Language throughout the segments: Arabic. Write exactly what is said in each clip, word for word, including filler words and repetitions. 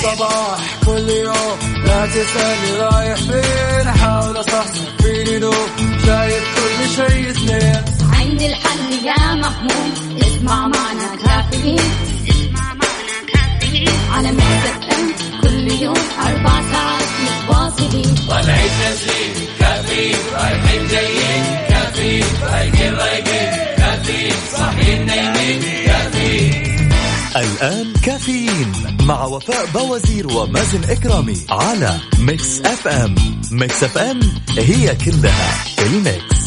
صباح كل يوم لا تسألني رايح فين أحاول أصحصح فيني لو شايف كل شيء سنين عندي الحل يا محمود اسمع معنا كافيين اسمع معنا كافيين على مكتب أم كل يوم أربع ساعات متواصلين طلعت نسرين كافيين رايحين جايين كافيين رايقين رايقين كافيين صاحيين نايمين كافيين. الآن كافيين مع وفاء بوازير ومازن إكرامي على ميكس أف أم. ميكس أف أم هي كلها الميكس.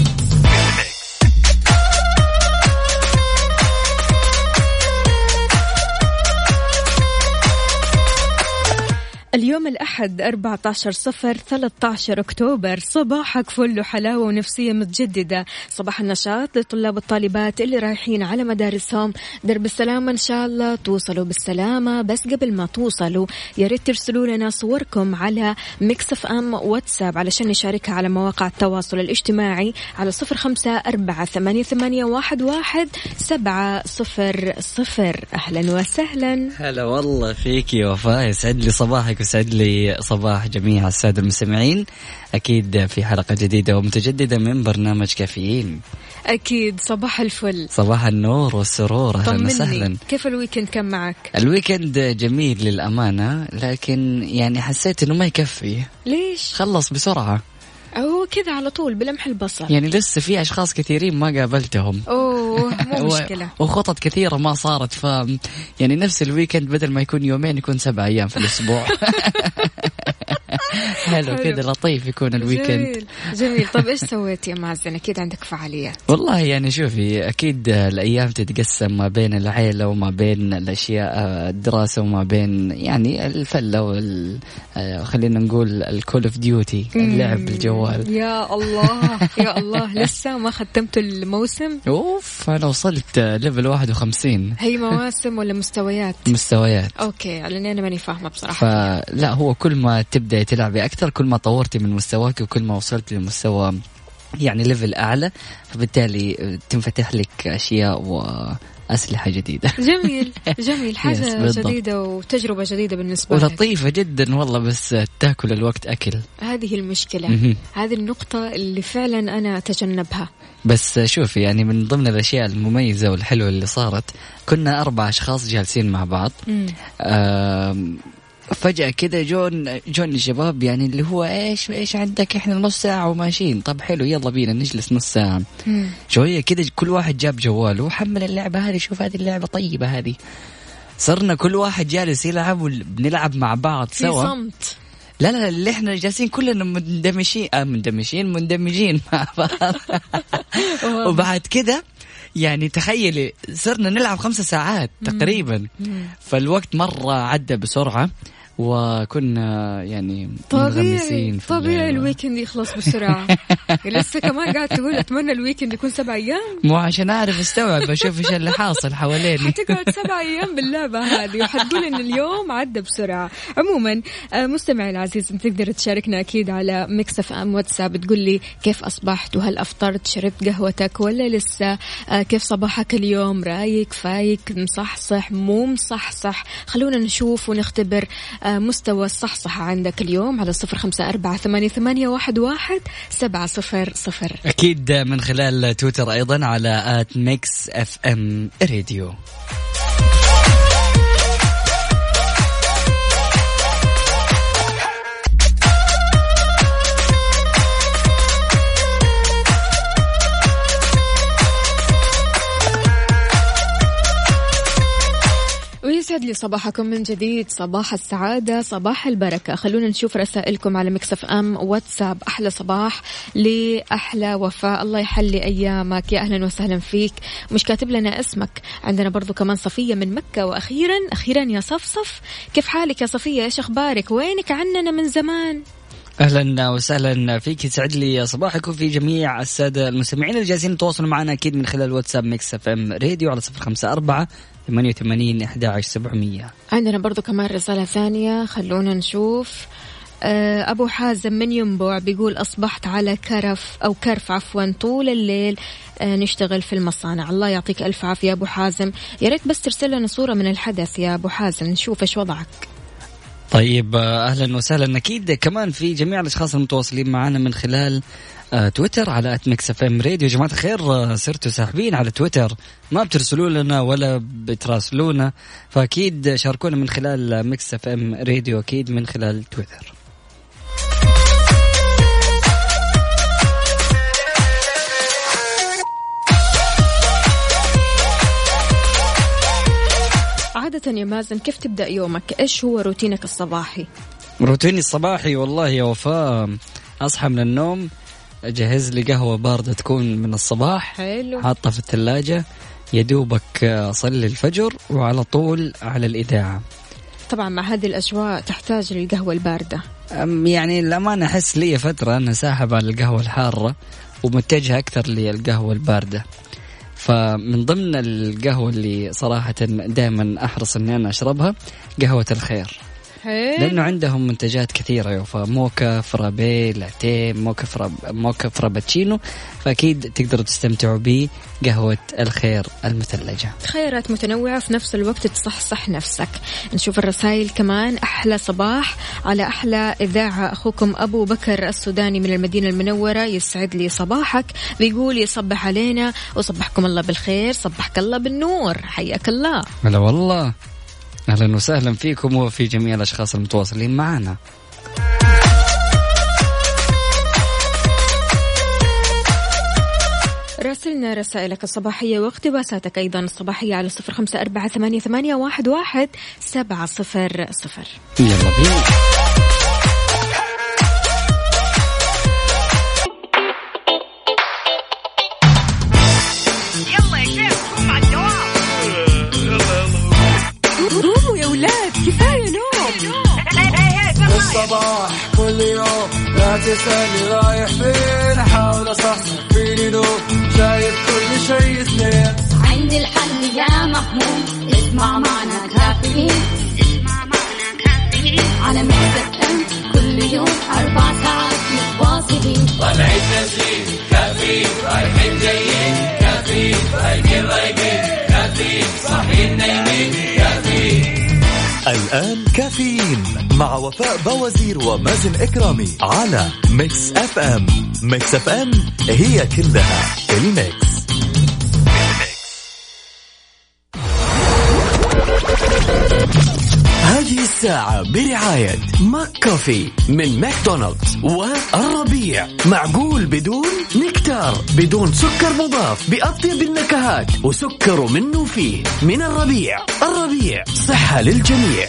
اليوم الأحد أربعة عشر صفر ثلاثة عشر أكتوبر. صباحك فل وحلاوة ونفسية متجددة، صباح النشاط لطلاب والطالبات اللي رايحين على مدارسهم. درب السلامة إن شاء الله توصلوا بالسلامة، بس قبل ما توصلوا يا ريت ترسلوا لنا صوركم على ميكس أف أم واتساب علشان نشاركها على مواقع التواصل الاجتماعي على صفر خمسة أربعة ثمانية ثمانية واحد واحد سبعة صفر صفر. أهلا وسهلا. هلا والله فيك يا وفاء، يسعد لي صباحك وسعد لي صباح جميع السادة المستمعين. أكيد في حلقة جديدة ومتجددة من برنامج كافيين. أكيد صباح الفل، صباح النور والسرور. أهلا وسهلا. كيف الويكند كان معك؟ الويكند جميل للأمانة، لكن يعني حسيت إنه ما يكفي. ليش؟ خلص بسرعة أو كذا على طول بلمح البصر. يعني لسه في أشخاص كثيرين ما قابلتهم. أوه مو مشكلة. وخطط كثيرة ما صارت، ف يعني نفس الويكند بدل ما يكون يومين يكون سبعة أيام في الأسبوع. حلو كذا لطيف يكون الويكند. جميل جميل. طب إيش سويت يا مازن؟ أكيد عندك فعاليات. والله يعني شوفي، أكيد الأيام تتقسم ما بين العائلة وما بين الأشياء الدراسة وما بين يعني الفلة وال خلينا نقول الكول اوف ديوتي، اللعب بالجوال. يا الله يا الله، لسه ما ختمت الموسم؟ أوف أنا وصلت ليفل واحد وخمسين. هي مواسم ولا مستويات؟ مستويات. أوكي، لأني أنا ماني فاهمة بصراحة. فلا هو كل ما تبدأ تلعبي أكثر كل ما طورتي من مستواك وكل ما وصلت لمستوى يعني ليفل أعلى، فبالتالي تنفتح لك أشياء وأسلحة جديدة. جميل جميل. حاجة جديدة وتجربة جديدة بالنسبة لك ولطيفة جدا والله، بس تاكل الوقت أكل. هذه المشكلة. هذه النقطة اللي فعلا أنا أتجنبها. بس شوفي يعني من ضمن الأشياء المميزة والحلوة اللي صارت، كنا أربع أشخاص جالسين مع بعض، فجأة كده جون جون الشباب يعني اللي هو إيش إيش عندك، إحنا نص ساعة وماشيين. طب حلو يلا بينا نجلس نص ساعة. مم. شوية كده كل واحد جاب جواله وحمل اللعبة هذه، شوف هذه اللعبة طيبة هذه. صرنا كل واحد جالس يلعب وبنلعب مع بعض سوا. في صمت. لا لا اللي احنا جالسين كلنا مندمجين آه مندمجين مندمجين مع بعض. وبعد كده يعني تخيلي صرنا نلعب خمسة ساعات تقريبا. مم. فالوقت مرة عدى بسرعة وكنا يعني طبيعي طبيعي الويكند يخلص بسرعة. لسه كمان قاعد تقول أتمنى الويكند يكون سبع أيام، مو عشان أعرف استوعب أشوف إيش اللي حاصل حواليني. حتقعد سبع أيام باللعبة هذه وحتقول إن اليوم عدى بسرعة. عموما مستمعي العزيز، أنت تقدر تشاركنا أكيد على ميكس أف أم واتساب، تقول لي كيف أصبحت وهل أفطرت شربت قهوتك ولا لسه، كيف صباحك اليوم، رايك فايك مصحصح مو مصحصح. خلونا نشوف ونختبر مستوى الصحصحة عندك اليوم على صفر خمسة أربعة ثمانية ثمانية واحد واحد سبعة صفر صفر. أكيد من خلال تويتر أيضا على آت ميكس أف أم راديو. ويسعد لي صباحكم من جديد، صباح السعادة صباح البركة. خلونا نشوف رسائلكم على ميكس أف أم واتساب. أحلى صباح لأحلى وفاء، الله يحلي أيامك، يا أهلا وسهلا فيك. مش كاتب لنا اسمك. عندنا برضو كمان صفية من مكة، وأخيرا أخيرا يا صفصف، كيف حالك يا صفية؟ إيش أخبارك؟ وينك عننا من زمان؟ أهلا وسهلا فيك، يسعد لي صباحكم في جميع السادة المستمعين اللي جالسين يتواصلوا معنا أكيد من خلال واتساب ميكس أف أم راديو على صفر خمسة أربعة ثمانية وثمانين أحد عشر سبعمية. عندنا برضو كمان رسالة ثانية، خلونا نشوف. أبو حازم من ينبع بيقول أصبحت على كرف أو كرف عفوا طول الليل نشتغل في المصانع. الله يعطيك ألف عافية أبو حازم، يا ريت بس ترسل لنا صورة من الحدث يا أبو حازم نشوف إيش وضعك. طيب أهلا وسهلا. أكيد كمان في جميع الأشخاص المتواصلين معنا من خلال آه تويتر على ات ميكس اف ام راديو. يا جماعة الخير آه صرتوا ساحبين على تويتر، ما بترسلوا لنا ولا بتراسلونا، فأكيد شاركونا من خلال ميكس اف ام راديو، أكيد من خلال تويتر. عادة يا مازن كيف تبدأ يومك؟ إيش هو روتينك الصباحي؟ روتيني الصباحي والله يا وفاء، أصحى من النوم أجهز لي قهوة باردة تكون من الصباح، حلو، حاطة في الثلاجة، يدوبك أصلي الفجر وعلى طول على الإذاعة. طبعا مع هذه الأجواء تحتاج للقهوة الباردة. يعني الأمانة أحس لي فترة أنا ساحب على القهوة الحارة ومتجه أكثر للقهوة الباردة. فمن ضمن القهوة اللي صراحة دائما أحرص أني أنا أشربها قهوة الخير، لأنه عندهم منتجات كثيرة يوفا، موكا، فرابي، لاتيه، موكا فراب، موكا فرابتشينو، فأكيد تقدروا تستمتعوا بقهوة الخير المثلجة. خيارات متنوعة في نفس الوقت تصحصح نفسك. نشوف الرسائل كمان. أحلى صباح على أحلى إذاعة، أخوكم أبو بكر السوداني من المدينة المنورة، يسعد لي صباحك، بيقول يصبح علينا وصبحكم الله بالخير، صبحك الله بالنور، حياك الله. هلا والله، أهلا وسهلا فيكم وفي جميع الأشخاص المتواصلين معنا. راسلنا رسائلك الصباحية واقتباساتك أيضا الصباحية على صفر خمسة أربعة ثمانية ثمانية واحد واحد سبعة صفر صفر. يلا بينا. الصباح كل يوم لا تسألني رايح فين، أحاول أصحصح فيني نوم، شايف كل شيء سنين، عندي الحل يا محمود، اسمع معنا كافيين، اسمع معنا كافيين على ميكس اف ام، كل يوم أربع ساعات متواصلين، طلعت نسيم كافيين، رايحين جايين كافيين، رايقين رايقين كافيين، صاحيين نايمين كافيين. الآن كافيين مع وفاء بوازير ومازن إكرامي على ميكس اف ام. ميكس اف ام هي كلها الميكس. هذه الساعة برعاية ماك كوفي من ماكدونالدز والربيع، معقول بدون نكتار، بدون سكر مضاف، بأطيب النكهات وسكر منه فيه، من الربيع. الربيع صحة للجميع.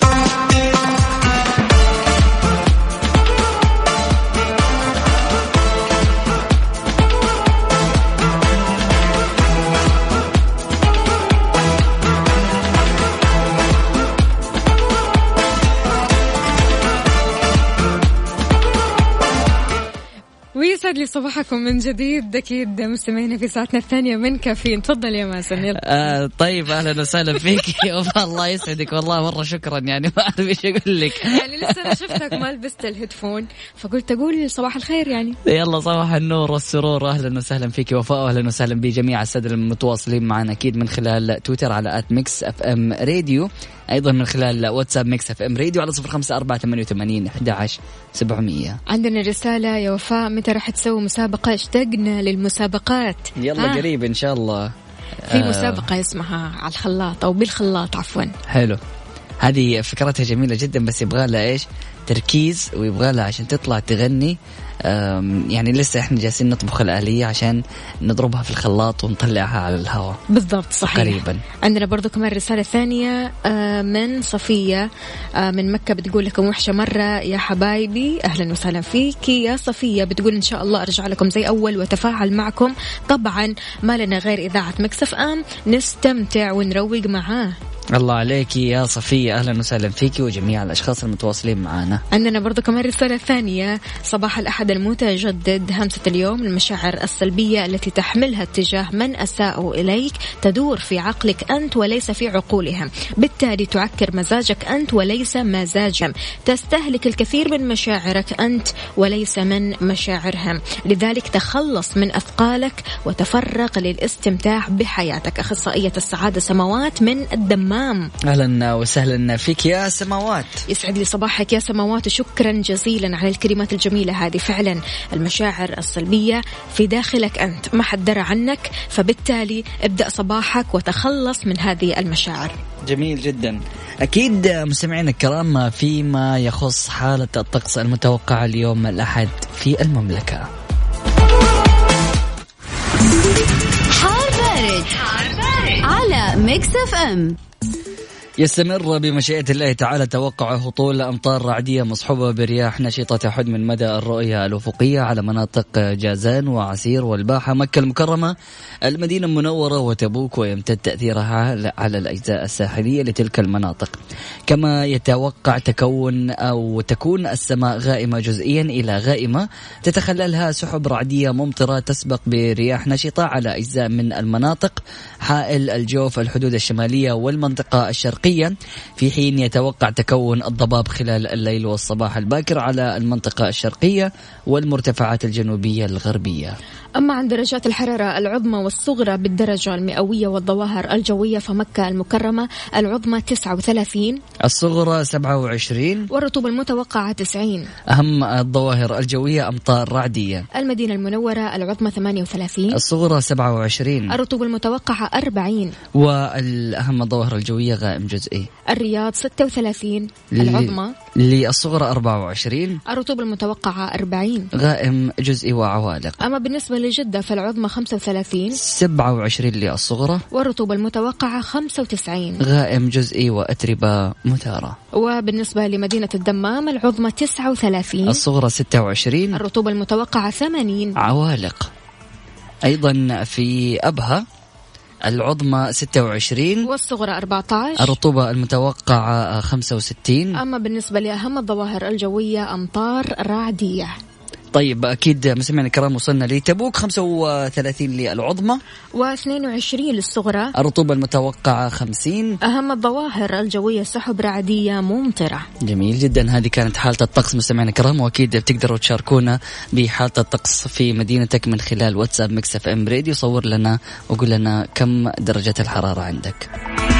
ويسعد لي صباحكم من جديد، أكيد مستمعينا في ساعتنا الثانية من كافيين. تفضل يا مازن. آه طيب أهلا وسهلا فيك. الله يسعدك والله مرة شكرا، يعني ما أعرف إيش أقول لك. يعني لسه أنا شفتك ما لبست الهيدفون فقلت أقول صباح الخير يعني. يلا صباح النور والسرور، أهلا وسهلا فيك وفاء، أهلا وسهلا بجميع السادة المتواصلين معنا أكيد من خلال تويتر على آت ميكس اف ام راديو، أيضا من خلال واتساب ميكس اف ام راديو على صفر خمسة أربعة ثمانية وثمانين أحد عشر سبعمية. عندنا رسالة يا وفاء، متى راح تسوي مسابقة؟ اشتقنا للمسابقات. يلا آه. قريب إن شاء الله في مسابقة اسمها على الخلاط أو بالخلاط عفوا. حلو، هذه فكرتها جميلة جدا، بس يبغى لها إيش تركيز، ويبغى لها عشان تطلع تغني يعني لسه احنا جالسين نطبخ الآلية عشان نضربها في الخلاط ونطلعها على الهواء. بالضبط صحيح. قريبا. عندنا برضو كمان رسالة ثانية من صفية من مكة، بتقول لكم وحشة مرة يا حبايبي، أهلا وسهلا فيك يا صفية. بتقول إن شاء الله أرجع لكم زي أول وتفاعل معكم، طبعا ما لنا غير إذاعة ميكس اف ام نستمتع ونروق معاه. الله عليك يا صفية، أهلا وسهلا فيك وجميع الأشخاص المتواصلين معنا. معنا. عندنا برضو كمان رسالة ثانية. صباح الأحد المتجدد، همسة اليوم: المشاعر السلبية التي تحملها اتجاه من أساءوا إليك تدور في عقلك أنت وليس في عقولهم، بالتالي تعكر مزاجك أنت وليس مزاجهم، تستهلك الكثير من مشاعرك أنت وليس من مشاعرهم، لذلك تخلص من أثقالك وتفرغ للاستمتاع بحياتك. أخصائية السعادة سماوات من الدمام. أهلا وسهلا فيك يا سماوات. يسعد لي صباحك يا سماوات، وشكرا جزيلا على الكلمات الجميلة هذه. فعلا المشاعر السلبية في داخلك أنت، ما حد درى عنك، فبالتالي ابدأ صباحك وتخلص من هذه المشاعر. جميل جدا. أكيد مستمعين الكرام، فيما يخص حالة الطقس المتوقعة اليوم الأحد في المملكة، حار بارد, حار بارد على ميكس اف ام. يستمر بمشيئة الله تعالى توقع هطول أمطار رعدية مصحوبة برياح نشطة تحد من مدى الرؤية الأفقية على مناطق جازان وعسير والباحة، مكة المكرمة، المدينة المنورة وتبوك، ويمتد تأثيرها على الأجزاء الساحلية لتلك المناطق. كما يتوقع تكون أو تكون السماء غائمة جزئيا إلى غائمة، تتخللها سحب رعدية ممطرة تسبق برياح نشطة على أجزاء من المناطق حائل الجوف، الحدود الشمالية والمنطقة الشرقية، في حين يتوقع تكون الضباب خلال الليل والصباح الباكر على المنطقة الشرقية والمرتفعات الجنوبية الغربية. أما عن درجات الحرارة العظمى والصغرى بالدرجة المئوية والظواهر الجوية، فمكة المكرمة العظمى تسعة وثلاثين، الصغرى سبعة وعشرين، والرطوبة المتوقعة تسعين. أهم الظواهر الجوية أمطار رعدية. المدينة المنورة العظمى ثمانية وثلاثين، الصغرى سبعة وعشرين، الرطوبة المتوقعة أربعين، والأهم الظواهر الجوية غائم جزئي. الرياض ستة وثلاثين العظمى، للصغرى أربعة وعشرين، الرطوبة المتوقعة أربعين، غائم جزئي وعوالق. أما بالنسبة لجدة فالعظمى خمسة وثلاثين، سبعة وعشرين للصغرى، والرطوبة المتوقعة خمسة وتسعين، غائم جزئي وأتربة مثارة. وبالنسبة لمدينة الدمام العظمى تسعة وثلاثين، الصغرى ستة وعشرين، الرطوبة المتوقعة ثمانين، عوالق. أيضا في أبها العظمى ستة وعشرين، والصغرى أربعة عشر، الرطوبة المتوقعة خمسة وستين. أما بالنسبة لأهم الظواهر الجوية أمطار رعدية. طيب أكيد مستمعينا الكرام، وصلنا لتبوك خمسة وثلاثين للعظمى واثنين وعشرين للصغرى، الرطوبة المتوقعة خمسين. أهم الظواهر الجوية سحب رعدية ممطرة. جميل جدا. هذه كانت حالة الطقس مستمعينا الكرام، وأكيد بتقدروا تشاركونا بحالة الطقس في مدينتك من خلال واتساب ميكس اف ام راديو. صور لنا وقول لنا كم درجة الحرارة عندك.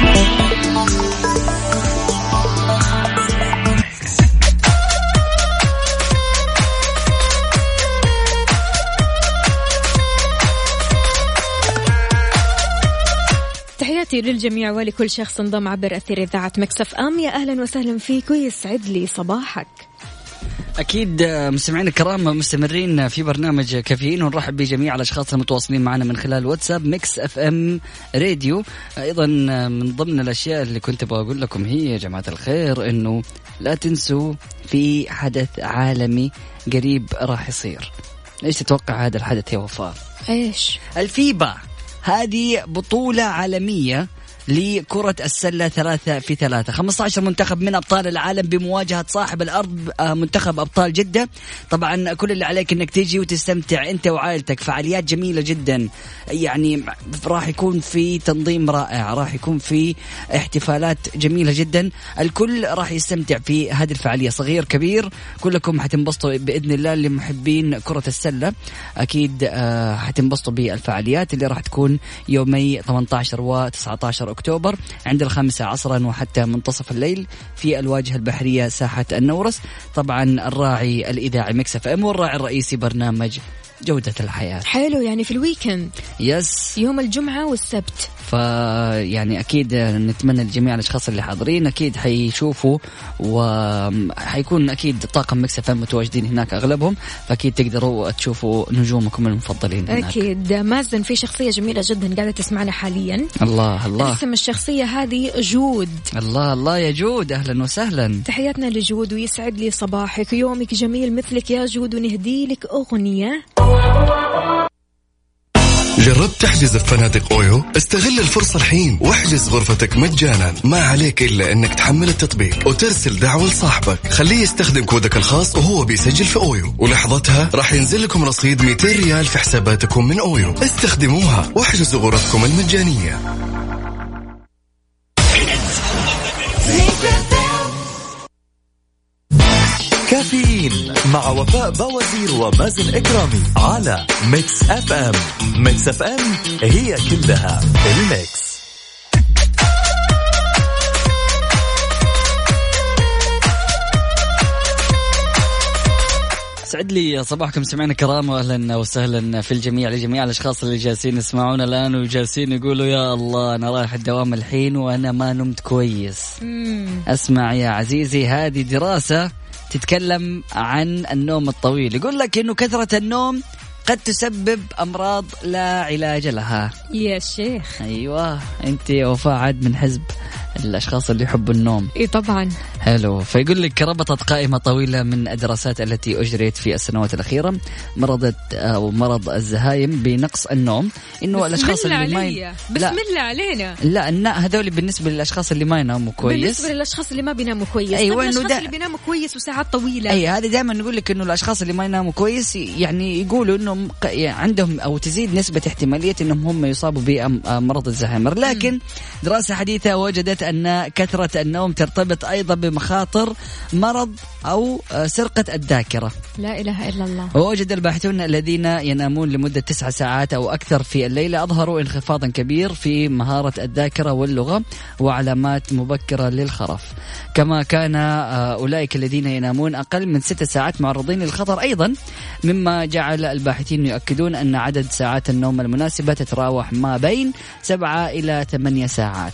تحياتي للجميع ولكل شخص انضم عبر أثير إذاعة ميكس اف ام. يا أهلا وسهلا فيك ويسعد لي صباحك. أكيد مستمعين الكرام، مستمرين في برنامج كافيين، ونرحب بجميع الأشخاص المتواصلين معنا من خلال واتساب ميكس اف ام راديو. أيضا من ضمن الأشياء اللي كنت بقول لكم هي يا جماعة الخير إنه لا تنسوا في حدث عالمي قريب راح يصير. إيش تتوقع هذا الحدث يا وفاء؟ إيش؟ الفيبا. هذه بطولة عالمية لكرة السلة ثلاثة في ثلاثة، خمسة عشر منتخب من أبطال العالم بمواجهة صاحب الأرض منتخب أبطال جدة. طبعا كل اللي عليك أنك تيجي وتستمتع أنت وعائلتك، فعاليات جميلة جدا، يعني راح يكون في تنظيم رائع، راح يكون في احتفالات جميلة جدا، الكل راح يستمتع في هذه الفعالية، صغير كبير كلكم حتنبسطوا بإذن الله. اللي محبين كرة السلة أكيد حتنبسطوا بالفعاليات اللي راح تكون يومي ثمانية عشر و تسعة عشر أكتوبر عند الخامسة عصرا وحتى منتصف الليل في الواجهة البحرية ساحة النورس. طبعا الراعي الإذاعي ميكس اف ام والراعي الرئيسي برنامج جودة الحياة. حلو، يعني في الويكند. يس، يوم الجمعة والسبت. فيعني أكيد نتمنى لجميع الأشخاص اللي حاضرين أكيد حيشوفوا، وحيكون أكيد طاقم ميكس اف ام متواجدين هناك أغلبهم، فأكيد تقدروا تشوفوا نجومكم المفضلين هناك. أكيد. مازن في شخصية جميلة جدا قاعدة تسمعنا حاليا. الله الله. اسم الشخصية هذه جود. الله الله يا جود، أهلا وسهلا. تحياتنا لجود ويسعد لي صباحك، يومك جميل مثلك يا جود، ونهدي لك أغنية جربت تحجز في فنادق أويو؟ استغل الفرصة الحين واحجز غرفتك مجانا، ما عليك إلا أنك تحمل التطبيق وترسل دعوة لصاحبك، خليه يستخدم كودك الخاص وهو بيسجل في أويو، ولحظتها راح ينزل لكم رصيد مئتين ريال في حساباتكم من أويو. استخدموها واحجزوا غرفتكم المجانية. كافيين مع وفاء بوازير ومازن إكرامي على ميكس اف ام. ميكس اف ام هي كلها الميكس. سعد لي صباحكم سمعنا كرام، واهلا وسهلا في الجميع لجميع الاشخاص اللي جالسين يسمعونا الان وجالسين يقولوا يا الله انا رايح الدوام الحين وانا ما نمت كويس. اسمع يا عزيزي، هذه دراسة تتكلم عن النوم الطويل، يقول لك انه كثرة النوم قد تسبب امراض لا علاج لها. يا شيخ ايوه، انت وفاء عاد من حزب الأشخاص اللي يحبوا النوم. إيه طبعا. حلو. فيقول لك ربطت قائمة طويلة من الدراسات التي أجريت في السنوات الأخيرة مرض أو مرض الزهايم بنقص النوم، إنه الأشخاص اللي ما ي... بسم الله علينا. لا النا هذول بالنسبة للأشخاص اللي ما يناموا كويس، بالنسبة للأشخاص اللي ما بيناموا كويس. أيوة، الأشخاص دا... اللي بيناموا كويس وساعات طويلة. أي هذا دائما نقول لك إنه الأشخاص اللي ما يناموا كويس يعني يقولوا إنهم عندهم أو تزيد نسبة احتمالية إنهم هم يصابوا بمرض الزهايمر. لكن م. دراسة حديثة وجدت أن كثرة النوم ترتبط أيضا بمخاطر مرض أو سرقة الذاكرة. لا إله إلا الله. ووجد الباحثون الذين ينامون لمدة تسع ساعات أو أكثر في الليلة أظهروا انخفاضا كبير في مهارة الذاكرة واللغة وعلامات مبكرة للخرف. كما كان أولئك الذين ينامون أقل من ست ساعات معرضين للخطر أيضا، مما جعل الباحثين يؤكدون أن عدد ساعات النوم المناسبة تتراوح ما بين سبعة إلى ثمانية ساعات.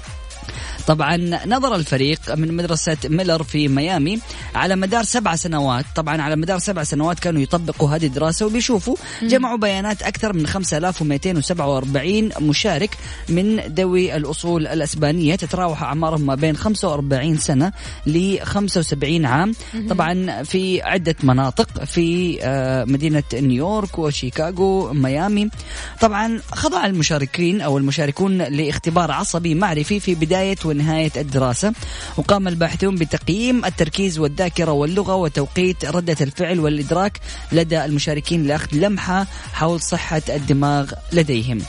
طبعا نظر الفريق من مدرسة ميلر في ميامي على مدار سبع سنوات، طبعا على مدار سبع سنوات كانوا يطبقوا هذه الدراسة وبيشوفوا جمعوا بيانات أكثر من خمسة آلاف ومئتين وسبعة وأربعين مشارك من ذوي الأصول الأسبانية تتراوح أعمارهم ما بين خمسة وأربعين سنة ل خمسة وسبعين عام، طبعا في عدة مناطق في مدينة نيويورك وشيكاغو ميامي. طبعا خضع المشاركين أو المشاركون لاختبار عصبي معرفي في بداية ونهاية الدراسة، وقام الباحثون بتقييم التركيز والذاكرة واللغة وتوقيت ردة الفعل والإدراك لدى المشاركين لأخذ لمحة حول صحة الدماغ لديهم.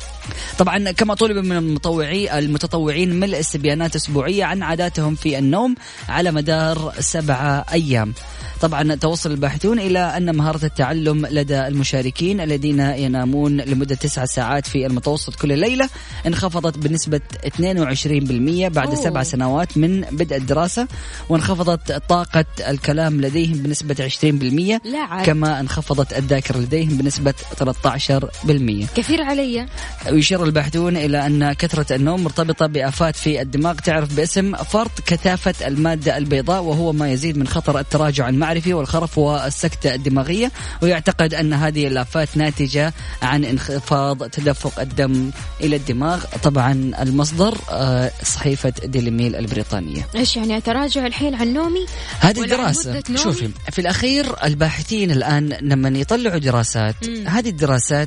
طبعا كما طلب من المتطوعي المتطوعين ملء استبيانات أسبوعية عن عاداتهم في النوم على مدار سبعة أيام. طبعا توصل الباحثون إلى أن مهارة التعلم لدى المشاركين الذين ينامون لمدة تسع ساعات في المتوسط كل ليلة انخفضت بنسبة اثنين وعشرين بالمئة بعد أوه. سبع سنوات من بدء الدراسة، وانخفضت طاقة الكلام لديهم بنسبة عشرين بالمئة، كما انخفضت الذاكرة لديهم بنسبة ثلاثة عشر بالمئة. كثير علي. ويشير الباحثون إلى أن كثرة النوم مرتبطة بآفات في الدماغ تعرف باسم فرط كثافة المادة البيضاء، وهو ما يزيد من خطر التراجع المعرفي والخرف والسكتة الدماغية، ويعتقد أن هذه الآفات ناتجة عن انخفاض تدفق الدم إلى الدماغ. طبعا المصدر صحيفة ديلي ميل البريطانية. إيش يعني تراجع الحين عن نومي؟ هذه الدراسة شوفي في الأخير الباحثين الآن لما يطلعوا دراسات م. هذه الدراسات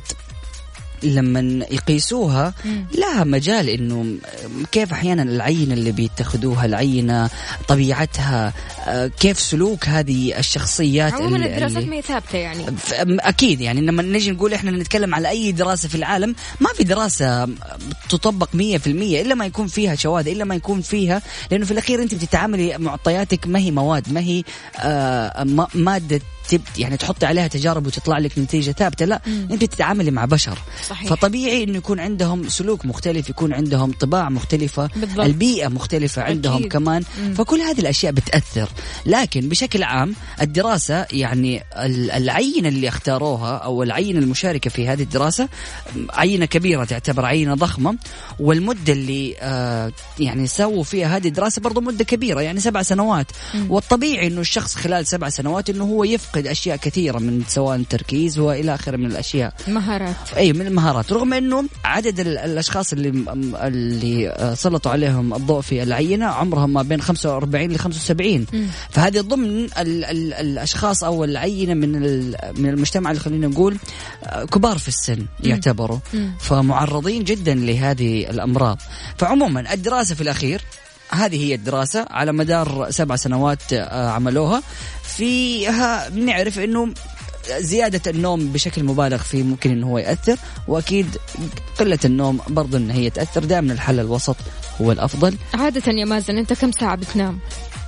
لما يقيسوها لها مجال انه كيف احيانا العينه اللي بيتخذوها العينه طبيعتها كيف سلوك هذه الشخصيات. عموما الدراسات ما هي ثابته يعني اكيد، يعني لما نجي نقول احنا نتكلم على اي دراسه في العالم ما في دراسه تطبق مية في المية الا ما يكون فيها شواذ، الا ما يكون فيها، لانه في الاخير انت بتتعاملي معطياتك ما هي مواد، ما هي آه ماده يعني تحطي عليها تجارب وتطلع لك نتيجة ثابتة، لا مم. انت تتعاملي مع بشر. صحيح. فطبيعي انه يكون عندهم سلوك مختلف، يكون عندهم طباع مختلفة، بالضبط. البيئة مختلفة عندهم أكيد. كمان مم. فكل هذه الاشياء بتأثر. لكن بشكل عام الدراسة يعني العينة اللي اختاروها او العينة المشاركة في هذه الدراسة عينة كبيرة، تعتبر عينة ضخمة، والمدة اللي آه يعني سووا فيها هذه الدراسة برضو مدة كبيرة، يعني سبع سنوات. مم. والطبيعي انه الشخص خلال سبع سنوات انه هو يفقد يفقد أشياء كثيرة من سواء التركيز وإلى آخره من الأشياء مهارات. أي من المهارات، رغم أنه عدد الأشخاص اللي اللي سلطوا عليهم الضوء في العينة عمرهم ما بين خمسة وأربعين ل خمسة وسبعين، فهذه ضمن ال ال الأشخاص أو العينة من من المجتمع اللي خلينا نقول كبار في السن يعتبروا، فمعرضين جدا لهذه الأمراض. فعموما الدراسة في الأخير هذه هي الدراسة على مدار سبع سنوات عملوها فيها، بنعرف أنه زيادة النوم بشكل مبالغ فيه ممكن أنه هو يأثر، وأكيد قلة النوم برضو أنه هي تأثر. دائما الحل الوسط هو الأفضل. عادة يا مازن أنت كم ساعة بتنام؟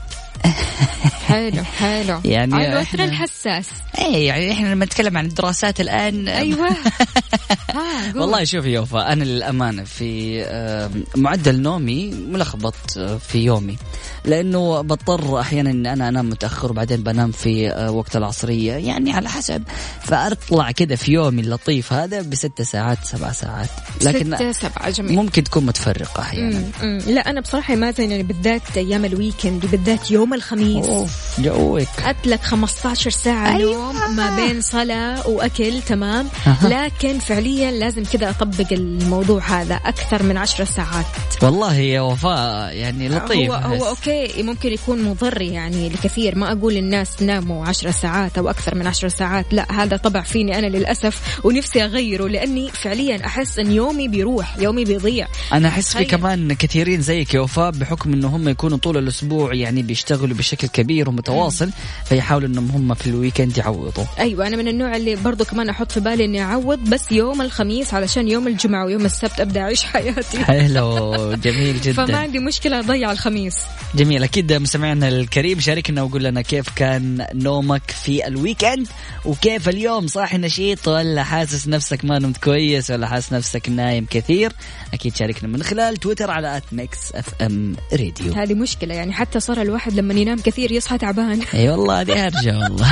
حلو حلو يعني على الوتر الحساس. اي يعني احنا لما نتكلم عن الدراسات الان ايوه والله شوف يا وفاء، انا للامانه في معدل نومي ملخبط في يومي، لانه بضطر احيانا ان انا انام متاخر وبعدين بنام في وقت العصريه، يعني على حسب، فاطلع كذا في يومي اللطيف هذا بست ساعات سبع ساعات، لكن ستة سبعة جميل. ممكن تكون متفرقه احيانا. لا انا بصراحه ما زين يعني بالذات ايام الويكند وبالذات يوم الخميس أوف جوك أتلك خمسة عشر ساعة أيوة. نوم ما بين صلاة وأكل تمام أه. لكن فعليا لازم كذا أطبق الموضوع هذا أكثر من عشر ساعات. والله يا وفاء يعني لطيف. هو, هو أوكي ممكن يكون مضر يعني لكثير، ما أقول الناس ناموا عشر ساعات أو أكثر من عشر ساعات، لا هذا طبع فيني أنا للأسف ونفسي أغيره، لأني فعليا أحس أن يومي بيروح، يومي بيضيع. أنا أحس في كمان كثيرين زيك يا وفاء بحكم أنه هم يكونوا طول الأسبوع يعني بيشتغلوا بشكل كبير ومتواصل، فيحاولوا انهم هم في الويكند يعوضوا. ايوه انا من النوع اللي برضو كمان احط في بالي اني اعوض بس يوم الخميس علشان يوم الجمعه ويوم السبت ابدا اعيش حياتي. حلو جميل جدا. فما عندي مشكله اضيع الخميس. جميل. اكيد مستمعنا الكريم شاركنا وقول لنا كيف كان نومك في الويكند، وكيف اليوم صاحي نشيط ولا حاسس نفسك ما نمت كويس ولا حاسس نفسك نايم كثير. اكيد شاركنا من خلال تويتر على ات ميكس اف ام راديو. هذه مشكله يعني حتى صار الواحد لما ينام كثير يصحى تعبان. اي والله هذه ارجع والله.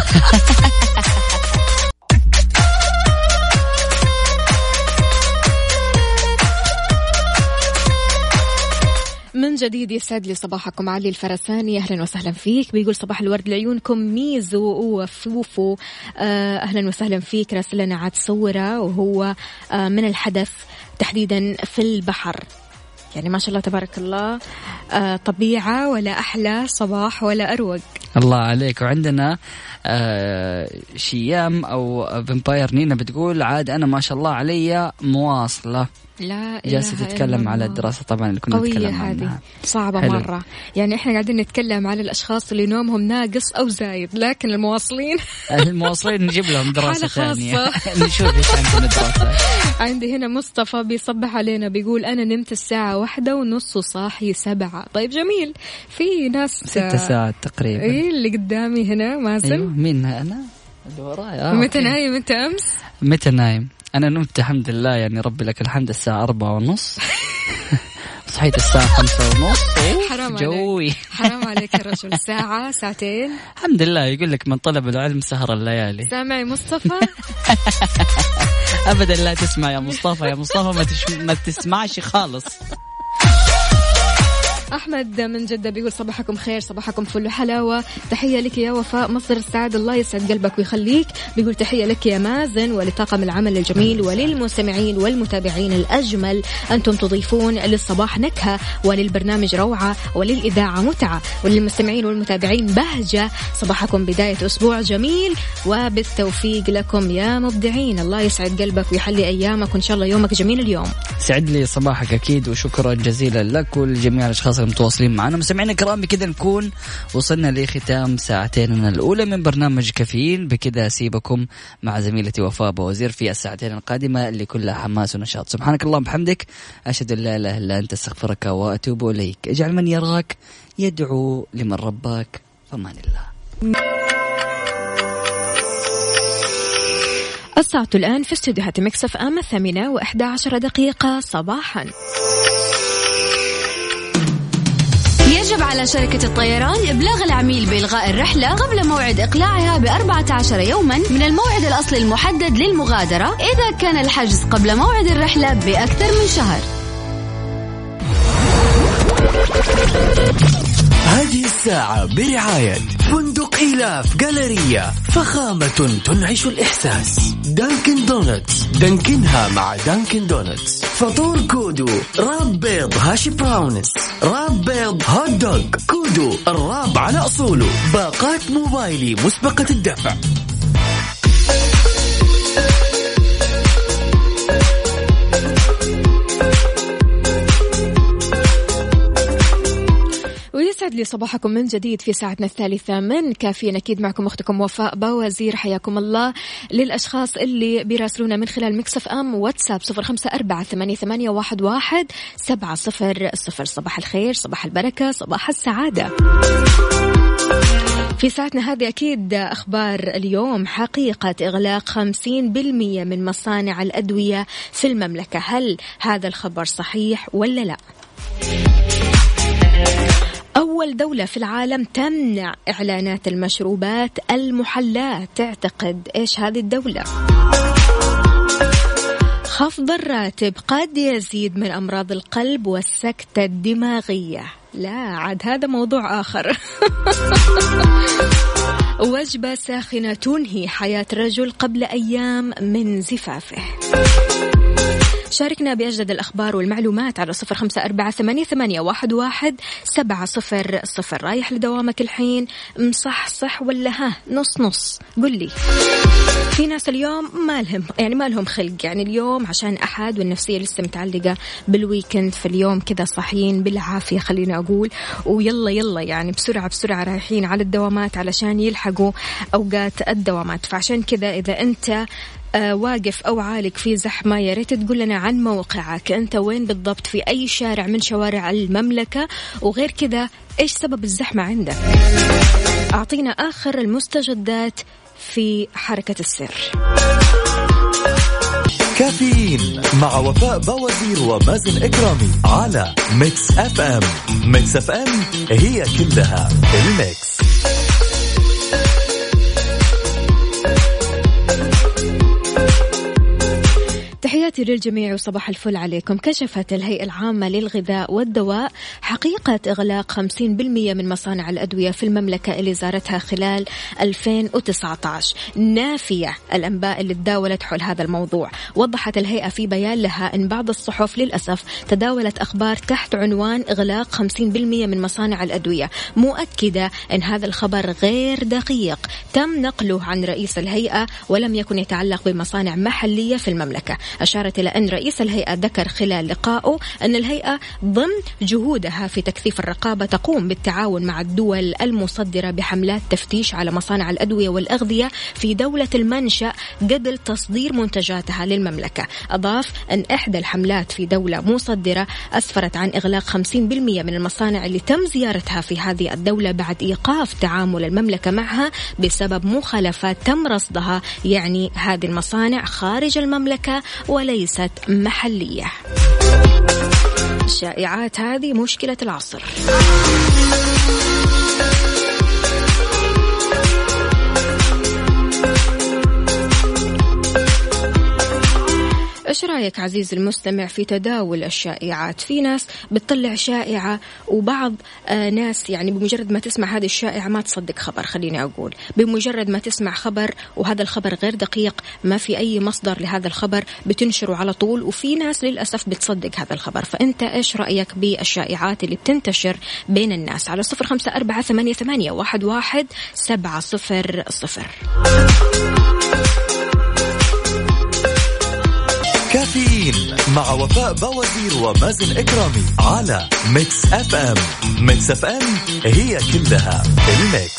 من جديد يسعد لي صباحكم علي الفرساني، أهلا وسهلا فيك. بيقول صباح الورد لعيونكم ميزو وفوفو، أهلا وسهلا فيك. راسل لنا عاد صورة وهو من الحدث تحديدا في البحر، يعني ما شاء الله تبارك الله طبيعة ولا أحلى صباح ولا أروق. الله عليك. وعندنا آه شيام أو فامباير نينا بتقول عاد أنا ما شاء الله علي مواصلة. لا جالسة تتكلم على الدراسة طبعا اللي كنا نتكلم عنها، صعبة حلو. مرة يعني احنا قاعدين نتكلم على الأشخاص اللي نومهم ناقص أو زايد، لكن المواصلين المواصلين نجيب لهم دراسة ثانية. نشوف إيش عندنا دراسة. عندي هنا مصطفى بيصبح علينا بيقول أنا نمت الساعة واحدة ونص وصاحي سبعة. طيب جميل. في ناس ست ساعات تقريبا. إيه اللي قدامي هنا مازن. أيوه مين أنا اللي وراي. آه متى نايم أنت أمس؟ متى نايم أنا نمت الحمد لله يعني ربي لك الحمد الساعة أربعة ونص. صحيت الساعة خمسة ونص. حرام جوي. عليك حرام عليك يا رجل. ساعة ساعتين الحمد لله. يقول لك من طلب العلم سهر الليالي. سامع يا مصطفى؟ أبدا لا تسمع يا مصطفى. يا مصطفى ما, تش... ما تسمعش خالص. أحمد من جدة بيقول صباحكم خير، صباحكم فل حلاوة. تحية لك يا وفاء مصدر السعادة، الله يسعد قلبك ويخليك. بيقول تحية لك يا مازن ولطاقم العمل الجميل وللمستمعين والمتابعين الأجمل، أنتم تضيفون للصباح نكهة وللبرنامج روعة وللإذاعة متعة وللمستمعين والمتابعين بهجة. صباحكم بداية أسبوع جميل وبالتوفيق لكم يا مبدعين. الله يسعد قلبك ويحلي أيامك وإن شاء الله يومك جميل اليوم. سعد لي صباحك أكيد وشكرا جزيلا لك ولجميع الأشخاص المتواصلين معنا. مستمعينا الكرام بكذا نكون وصلنا لختام ساعتين الأولى من برنامج كافيين. بكذا أسيبكم مع زميلتي وفاء بوزير في الساعتين القادمة اللي كلها حماس ونشاط. سبحانك اللهم وبحمدك، أشهد أن لا إله إلا أنت، أستغفرك وأتوب إليك. اجعل من يراك يدعو لمن رباك. فمان الله. الساعة الآن في استديوهات ميكس اف ام الثامنة وإحدى عشر دقيقة صباحا. يجب على شركة الطيران إبلاغ العميل بإلغاء الرحلة قبل موعد إقلاعها بأربعة عشر يوما من الموعد الأصلي المحدد للمغادرة إذا كان الحجز قبل موعد الرحلة بأكثر من شهر. هذه الساعة الساعة برعاية فندق إيلاف جالريا، فخامة تنعش الإحساس. دانكن دونتس، دانكنها مع دانكن دونتس. فطور كودو، راب بيض هاشي براونس، راب بيض هوت دوغ. كودو، الراب على أصوله. باقات موبايلي مسبقة الدفع. ويسعد لي صباحكم من جديد في ساعتنا الثالثة من كافيين. أكيد معكم أختكم وفاء باوزير، حياكم الله. للأشخاص اللي بيراسلونا من خلال مكسف أم واتساب صفر خمسة أربعة ثمانية ثمانية واحد واحد سبعة صفر صفر. صباح الخير، صباح البركة، صباح السعادة. في ساعتنا هذه أكيد أخبار اليوم. حقيقة إغلاق خمسين بالمئة من مصانع الأدوية في المملكة، هل هذا الخبر صحيح ولا لا؟ أول دولة في العالم تمنع إعلانات المشروبات المحلاة، تعتقد إيش هذه الدولة؟ خفض الراتب قد يزيد من أمراض القلب والسكتة الدماغية. لا عاد هذا موضوع آخر. وجبة ساخنة تنهي حياة رجل قبل أيام من زفافه. شاركنا بأجدد الأخبار والمعلومات على صفر خمسة أربعة ثمانية ثمانية واحد واحد سبعة صفر صفر. رايح لدوامك الحين مصح صح ولا ها نص نص؟ قل لي. في ناس اليوم ما لهم يعني ما لهم خلق، يعني اليوم عشان أحد والنفسية لسه متعلقة بالويكند، في اليوم كذا صاحيين بالعافية خلينا أقول، ويلا يلا يعني بسرعة بسرعة رايحين على الدوامات علشان يلحقوا أوقات الدوامات. فعشان كذا إذا أنت آه واقف أو عالق في زحمة، يا ريت تقول لنا عن موقعك، أنت وين بالضبط، في أي شارع من شوارع المملكة، وغير كذا إيش سبب الزحمة عندك. أعطينا آخر المستجدات في حركة السر. كافيين مع وفاء باوزير ومازن إكرامي على ميكس أف أم. ميكس أف أم هي كلها الميكس. تحياتي للجميع وصباح الفل عليكم. كشفت الهيئة العامة للغذاء والدواء حقيقة إغلاق خمسين بالمئة من مصانع الأدوية في المملكة اللي زارتها خلال ألفين وتسعة عشر، نافية الأنباء اللي تداولت حول هذا الموضوع. وضحت الهيئة في بيان لها أن بعض الصحف للأسف تداولت أخبار تحت عنوان إغلاق خمسين بالمئة من مصانع الأدوية، مؤكدة أن هذا الخبر غير دقيق، تم نقله عن رئيس الهيئة ولم يكن يتعلق بمصانع محلية في المملكة. أشارت إلى أن رئيس الهيئة ذكر خلال لقائه أن الهيئة ضمن جهودها في تكثيف الرقابة تقوم بالتعاون مع الدول المصدرة بحملات تفتيش على مصانع الأدوية والأغذية في دولة المنشأ قبل تصدير منتجاتها للمملكة. أضاف أن إحدى الحملات في دولة مصدرة أسفرت عن إغلاق خمسين بالمئة من المصانع اللي تم زيارتها في هذه الدولة بعد إيقاف تعامل المملكة معها بسبب مخالفات تم رصدها، يعني هذه المصانع خارج المملكة وليست محلية. الشائعات هذه مشكلة العصر. إيش رأيك عزيزي المستمع في تداول الشائعات؟ في ناس بتطلع شائعة، وبعض آه ناس يعني بمجرد ما تسمع هذه الشائعة ما تصدق خبر، خليني أقول بمجرد ما تسمع خبر وهذا الخبر غير دقيق، ما في أي مصدر لهذا الخبر، بتنشره على طول، وفي ناس للأسف بتصدق هذا الخبر. فأنت إيش رأيك بالشائعات اللي بتنتشر بين الناس؟ على صفر خمسة أربعة ثمانية ثمانية واحد واحد سبعة صفر صفر. كافيين مع وفاء باوزير ومازن إكرامي على ميكس أف أم. ميكس أف أم هي كلها الميكس.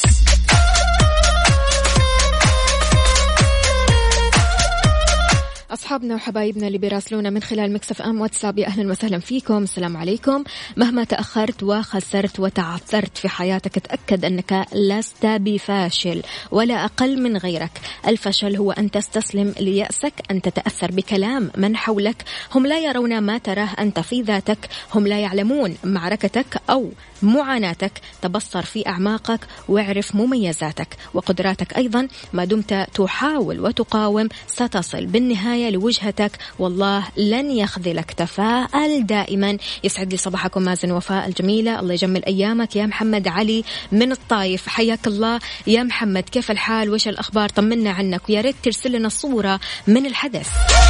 أصحابنا وحبايبنا اللي بيراسلونا من خلال مكسف أم واتساب، يا أهلا وسهلا فيكم. السلام عليكم. مهما تأخرت وخسرت وتعثرت في حياتك، تأكد أنك لست بفاشل ولا أقل من غيرك. الفشل هو أن تستسلم ليأسك، أن تتأثر بكلام من حولك. هم لا يرون ما تراه أنت في ذاتك، هم لا يعلمون معركتك أو معاناتك. تبصر في أعماقك واعرف مميزاتك وقدراتك أيضا. ما دمت تحاول وتقاوم ستصل بالنهاية لوجهتك، والله لن يخذلك. تفائل دائما. يسعد لي صباحكم مازن وفاء الجميلة، الله يجمل أيامك. يا محمد علي من الطايف، حياك الله يا محمد، كيف الحال وإيش الأخبار؟ طمنا عنك، ويا ريت ترسل لنا صورة من الحدث.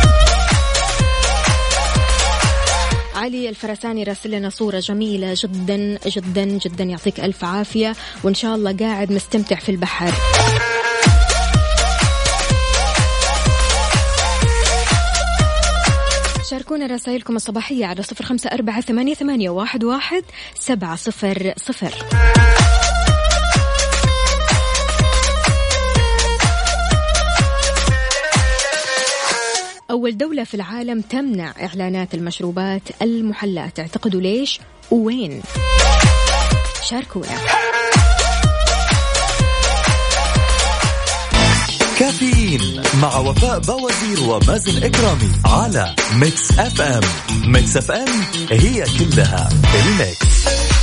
علي الفرساني راسل لنا صورة جميلة جدا جدا جدا، يعطيك ألف عافية، وإن شاء الله قاعد مستمتع في البحر. شاركونا رسائلكم الصباحية على صفر خمسة أربعة ثمانية ثمانية واحد واحد سبعة صفر صفر. أول دولة في العالم تمنع إعلانات المشروبات المحلاة، تعتقدوا ليش وين؟ شاركونا. كافيين مع وفاء بوازير ومازن إكرامي على ميكس اف ام. ميكس اف ام هي كلها الميكس.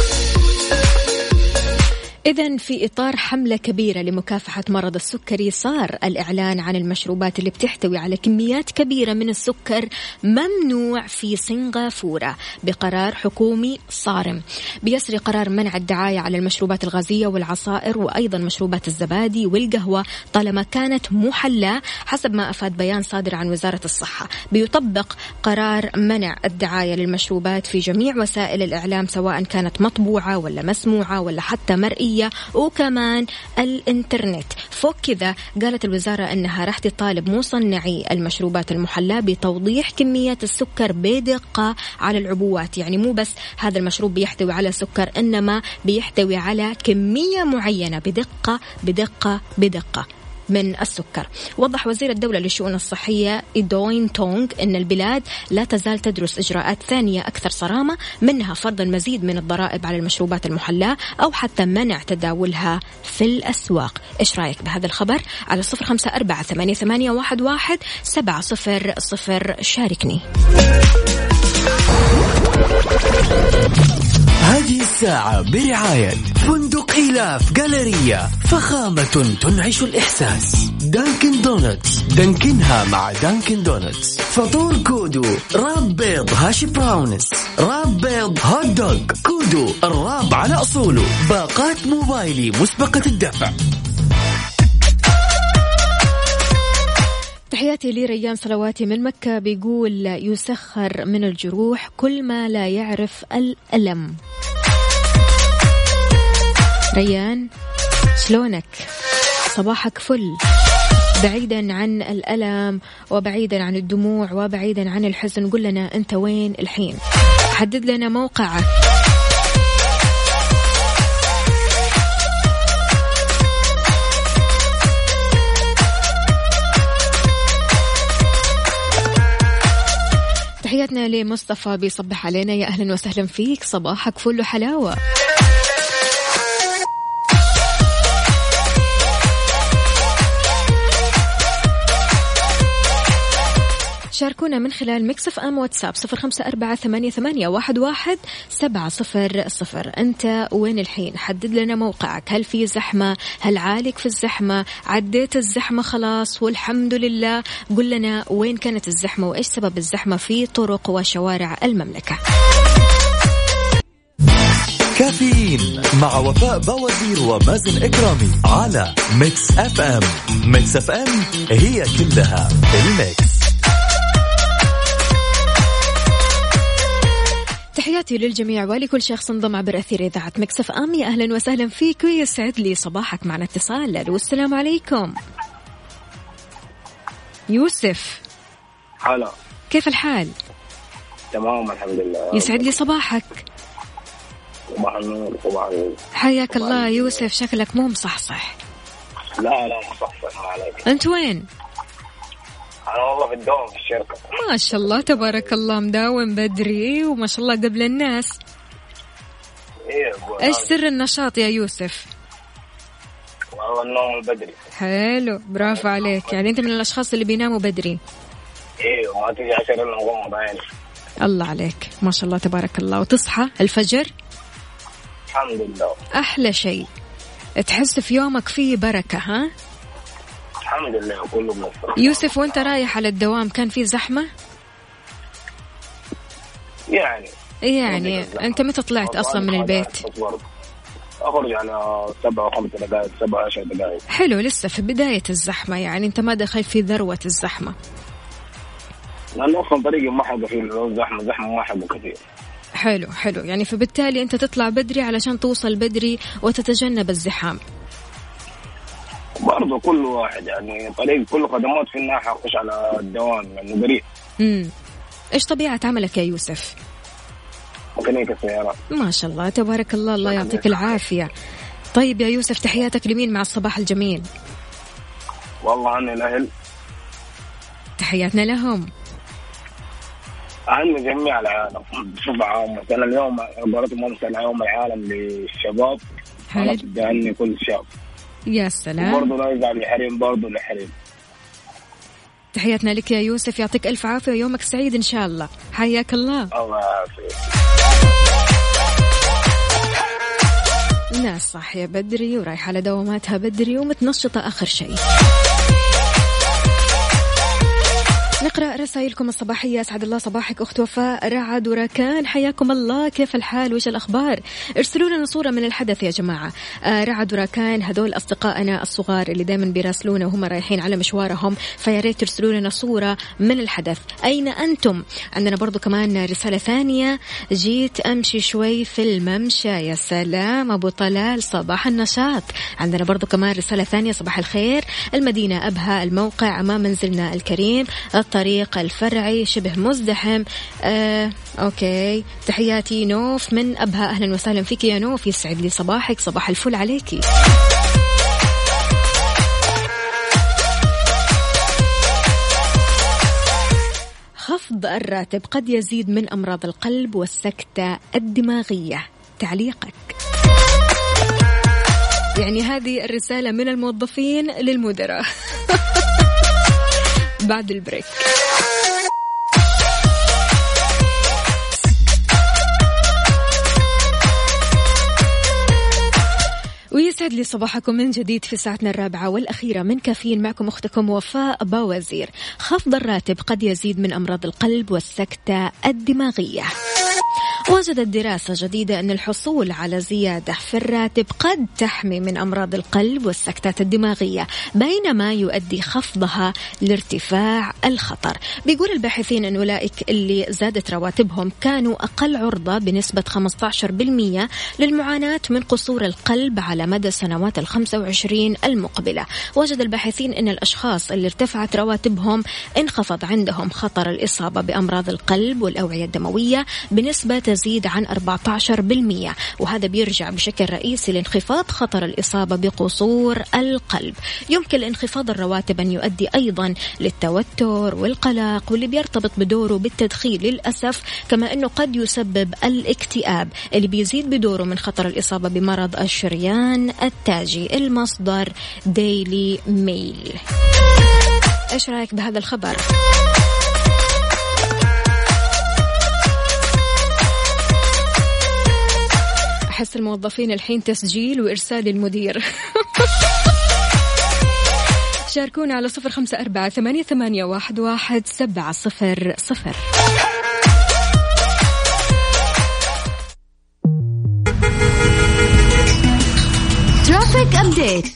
إذن في إطار حملة كبيرة لمكافحة مرض السكري، صار الإعلان عن المشروبات اللي بتحتوي على كميات كبيرة من السكر ممنوع في سنغافورة بقرار حكومي صارم. بيسري قرار منع الدعاية على المشروبات الغازية والعصائر وأيضا مشروبات الزبادي والقهوة طالما كانت محلاة، حسب ما أفاد بيان صادر عن وزارة الصحة. بيطبق قرار منع الدعاية للمشروبات في جميع وسائل الإعلام، سواء كانت مطبوعة ولا مسموعة ولا حتى مرئية، وكمان الانترنت. فوق كذا قالت الوزارة أنها راح تطالب مصنعي المشروبات المحلاة بتوضيح كميات السكر بدقة على العبوات، يعني مو بس هذا المشروب بيحتوي على سكر، إنما بيحتوي على كمية معينة بدقة بدقة بدقة من السكر. وضح وزير الدولة للشؤون الصحية إيدوين تونغ أن البلاد لا تزال تدرس إجراءات ثانية أكثر صرامة، منها فرض المزيد من الضرائب على المشروبات المحلاة أو حتى منع تداولها في الأسواق. إيش رأيك بهذا الخبر؟ على صفر خمسة أربعة ثمانية ثمانية واحد واحد سبعة صفر صفر. شاركني. هذه الساعة برعاية فندق إيلاف جالريا، فخامة تنعش الإحساس. دانكن دونتس، دانكنها مع دانكن دونتس. فطور كودو، راب بيض هاشي براونس، راب بيض هوت دوغ. كودو، الراب على أصوله. باقات موبايلي مسبقة الدفع. تحياتي لي ريان صلواتي من مكة، بيقول يسخر من الجروح كل ما لا يعرف الألم. ريان شلونك؟ صباحك فل، بعيدا عن الألم وبعيدا عن الدموع وبعيدا عن الحزن، قل لنا أنت وين الحين، حدد لنا موقعك. تحياتنا لمصطفى بيصبح علينا، يا أهلا وسهلا فيك، صباحك فل وحلاوة. شاركونا من خلال ميكس اف ام واتساب صفر خمسة أربعة ثمانية ثمانية واحد واحد سبعة صفر صفر. أنت وين الحين؟ حدد لنا موقعك، هل في زحمة؟ هل عالق في الزحمة؟ عديت الزحمة خلاص والحمد لله؟ قل لنا وين كانت الزحمة وإيش سبب الزحمة في طرق وشوارع المملكة. كافيين مع وفاء بوازير ومازن إكرامي على ميكس اف ام. ميكس اف ام هي كلها الميكس. تحياتي للجميع ولكل شخص انضم عبر أثير إذاعة ميكس اف ام، يا أهلا وسهلا فيك ويسعد لي صباحك. معنا اتصال. والسلام عليكم. يوسف. هلا، كيف الحال؟ تمام الحمد لله. يسعد لي صباحك. صباح النور. صباح النور. حياك الله يوسف، شكلك مو مصحصح. لا لا مصحصح، ما عليك. أنت وين؟ أنا والله في الدوام في الشركة. ما شاء الله تبارك الله، مداوم بدري وما شاء الله قبل الناس. إيه. إيش سر النشاط يا يوسف؟ والله النوم البدري. حلو، برافو عليك، يعني أنت من الأشخاص اللي بيناموا بدري. إيه، وما تيجي عشر إلا نقوم بعين. الله عليك ما شاء الله تبارك الله. وتصحى الفجر؟ الحمد لله. أحلى شيء، تحس في يومك فيه بركة. ها؟ الحمد لله كله بنصر. يوسف وانت رايح على الدوام كان في زحمة؟ يعني يعني انت متى طلعت اصلا من البيت؟ اخرج على سبعة وخمس دقائق سبعة عشر دقائق. حلو، لسه في بداية الزحمة، يعني انت ما دخلت في ذروة الزحمة. لأنه أصلا طريقي ما حقه فيه زحمة زحمة ما حقه كثير. حلو حلو، يعني فبالتالي انت تطلع بدري علشان توصل بدري وتتجنب الزحام. برضو كل واحد يعني طريق كل خدمات في الناحية أخش على الدوام لأنه قريب. امم ايش طبيعة عملك يا يوسف؟ ميكانيكا سيارات. ما شاء الله تبارك الله، الله يعطيك العافية. طيب يا يوسف تحياتك لمين مع الصباح الجميل؟ والله عني الأهل، تحياتنا لهم. عني جميع العالم بصفة عامة. مثلا اليوم عبارة ممثل يوم العالم للشباب، حلو، عني كل شاب. يا سلام. وبرضه لا يزعل الحريم برضه الحريم. تحياتنا لك يا يوسف، يعطيك ألف عافية ويومك سعيد إن شاء الله. حياك الله. الله يعافيك. ناس صاحية بدري ورايحة على دواماتها بدري ومتنشطة آخر شيء. نقرأ رسائلكم الصباحية. أسعد الله صباحك أخت وفاء، رعد وراكان، حياكم الله، كيف الحال وش الأخبار؟ ارسلوا لنا صورة من الحدث يا جماعة. آه رعد وراكان هذول أصدقائنا الصغار اللي دايما بيراسلونا وهم رايحين على مشوارهم، فياريت ترسلوا لنا صورة من الحدث. أين أنتم؟ عندنا برضو كمان رسالة ثانية، جيت أمشي شوي في الممشى، يا سلام أبو طلال، صباح النشاط. عندنا برضو كمان رسالة ثانية، صباح الخير، المدينة أبها، الموقع أمام منزلنا الكريم، الطريق الفرعي شبه مزدحم. آه، أوكي، تحياتي نوف من أبها، أهلا وسهلا فيك يا نوف، يسعد لي صباحك، صباح الفل عليكي. خفض الراتب قد يزيد من أمراض القلب والسكتة الدماغية، تعليقك؟ يعني هذه الرسالة من الموظفين للمدراء. بعد البريك. ويسعد لي صباحكم من جديد في ساعتنا الرابعة والأخيرة من كافيين، معكم أختكم وفاء باوزير. خفض الراتب قد يزيد من أمراض القلب والسكتة الدماغية. وجدت دراسة جديدة أن الحصول على زيادة في الراتب قد تحمي من أمراض القلب والسكتات الدماغية، بينما يؤدي خفضها لارتفاع الخطر. بيقول الباحثين أن أولئك اللي زادت رواتبهم كانوا أقل عرضة بنسبة خمسة عشر بالمئة للمعاناة من قصور القلب على مدى السنوات الخمسة وعشرين المقبلة. وجد الباحثين أن الأشخاص اللي ارتفعت رواتبهم انخفض عندهم خطر الإصابة بأمراض القلب والأوعية الدموية بنسبة تزيد عن أربعة عشر بالمئة، وهذا بيرجع بشكل رئيسي لانخفاض خطر الإصابة بقصور القلب. يمكن انخفاض الرواتب أن يؤدي أيضا للتوتر والقلق واللي بيرتبط بدوره بالتدخين للأسف، كما أنه قد يسبب الاكتئاب اللي بيزيد بدوره من خطر الإصابة بمرض الشريان التاجي. المصدر ديلي ميل. إيش رأيك بهذا الخبر؟ أحس الموظفين الحين تسجيل وإرسال المدير. شاركونا على صفر خمسة أربعة ثمانية ثمانية واحد واحد سبعة صفر صفر. ترافيك أبديت.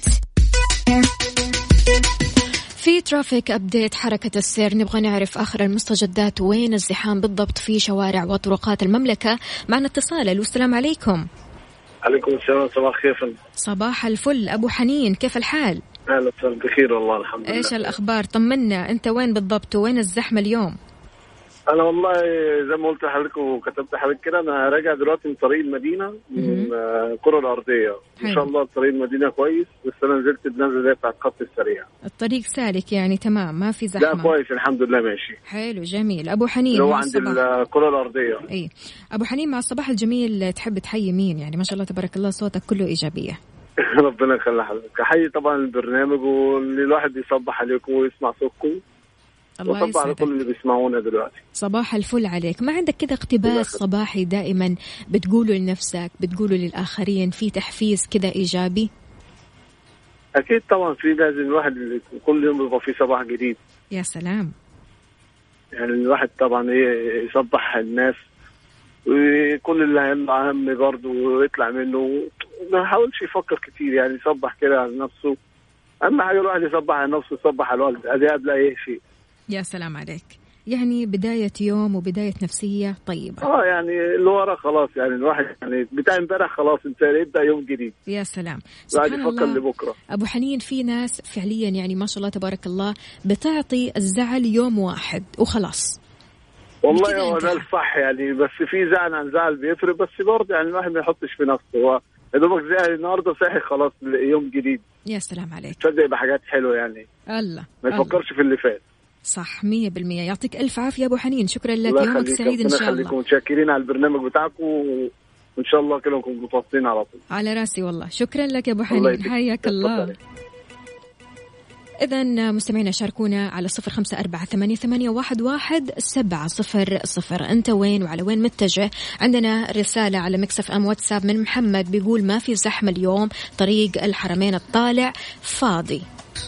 في ترافيك أبديت حركة السير، نبغى نعرف آخر المستجدات، وين الزحام بالضبط في شوارع وطرقات المملكة. معنا اتصال. السلام عليكم. عليكم السلام، صباح الخير. صباح الفل أبو حنين، كيف الحال؟ أهلا وسهلا، بخير والله الحمد لله. إيش الأخبار؟ طمنا، أنت وين بالضبط وين الزحمة اليوم؟ أنا والله زي ما قلت لحضرتك وكتبت لحضرتك كده، أنا راجع دلوقتي من طريق المدينة من القرى الأرضية. إن شاء الله طريق المدينة كويس، بس أنا نزلت النزلة زي بتاع الخط السريع. الطريق سالك يعني تمام، ما في زحمة؟ لا كويس الحمد لله ماشي. حلو جميل. أبو حنين هو عند القرى الأرضية. إيه أبو حنين، مع الصباح الجميل تحب تحيي مين؟ يعني ما شاء الله تبارك الله صوتك كله إيجابية. ربنا يخلي حضرتك. أحيي طبعا البرنامج واللي الواحد يصبح عليكم ويسمع صوتكم، وصبح على كل اللي بيسمعونا دلوقتي. صباح الفل عليك. ما عندك كده اقتباس صباحي دائما بتقوله لنفسك بتقوله للآخرين، في تحفيز كده إيجابي؟ اكيد طبعا في لازم الواحد كل يوم يبقى في صباح جديد. يا سلام. يعني الواحد طبعا يصبح الناس وكل اللي هيطلع هم برضه ويطلع منه، ما يحاولش يفكر كتير، يعني يصبح كده على نفسه. اهم حاجه الواحد يصبح على نفسه، يصبح على الوالد، ادي قبل اي شيء. يا سلام عليك، يعني بداية يوم وبداية نفسية طيبة. اه يعني اللي ورا خلاص، يعني الواحد يعني بتاع امبارح خلاص، انت يبدا يوم جديد. يا سلام. سبحان يفكر الله لبكره. ابو حنين، في ناس فعليا يعني ما شاء الله تبارك الله بتعطي الزعل يوم واحد وخلاص. والله هو ده الصح يعني، بس في زعل عن زعل بيفرق، بس برضه يعني الواحد ما يحطش في نفسه. هو يا دوبك زعل النهارده صحي خلاص يوم جديد. يا سلام عليك. تصدق بحاجات حلوه يعني. الله. ما يفكرش في اللي فات. صح مية بالمية. يعطيك ألف عافية أبو حنين، شكرا لك، يومك سعيد إن شاء الله. متشكرين على البرنامج بتاعكم، وإن شاء الله كلهم متواصلين على طول. على راسي والله، شكرا لك يا أبو حنين، حياك الله. إذن مستمعينا شاركونا على صفر خمسة أربعة ثمانية ثمانية واحد واحد سبعة صفر صفر. أنت وين وعلى وين متجه؟ عندنا رسالة على مكسف أم واتساب من محمد بيقول ما في زحمة اليوم، طريق الحرمين الطالع فاضي.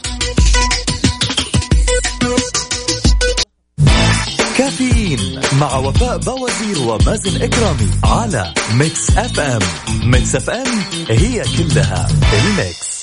كافيين مع وفاء بوازير ومازن إكرامي على ميكس اف ام. ميكس اف ام هي كلها الميكس.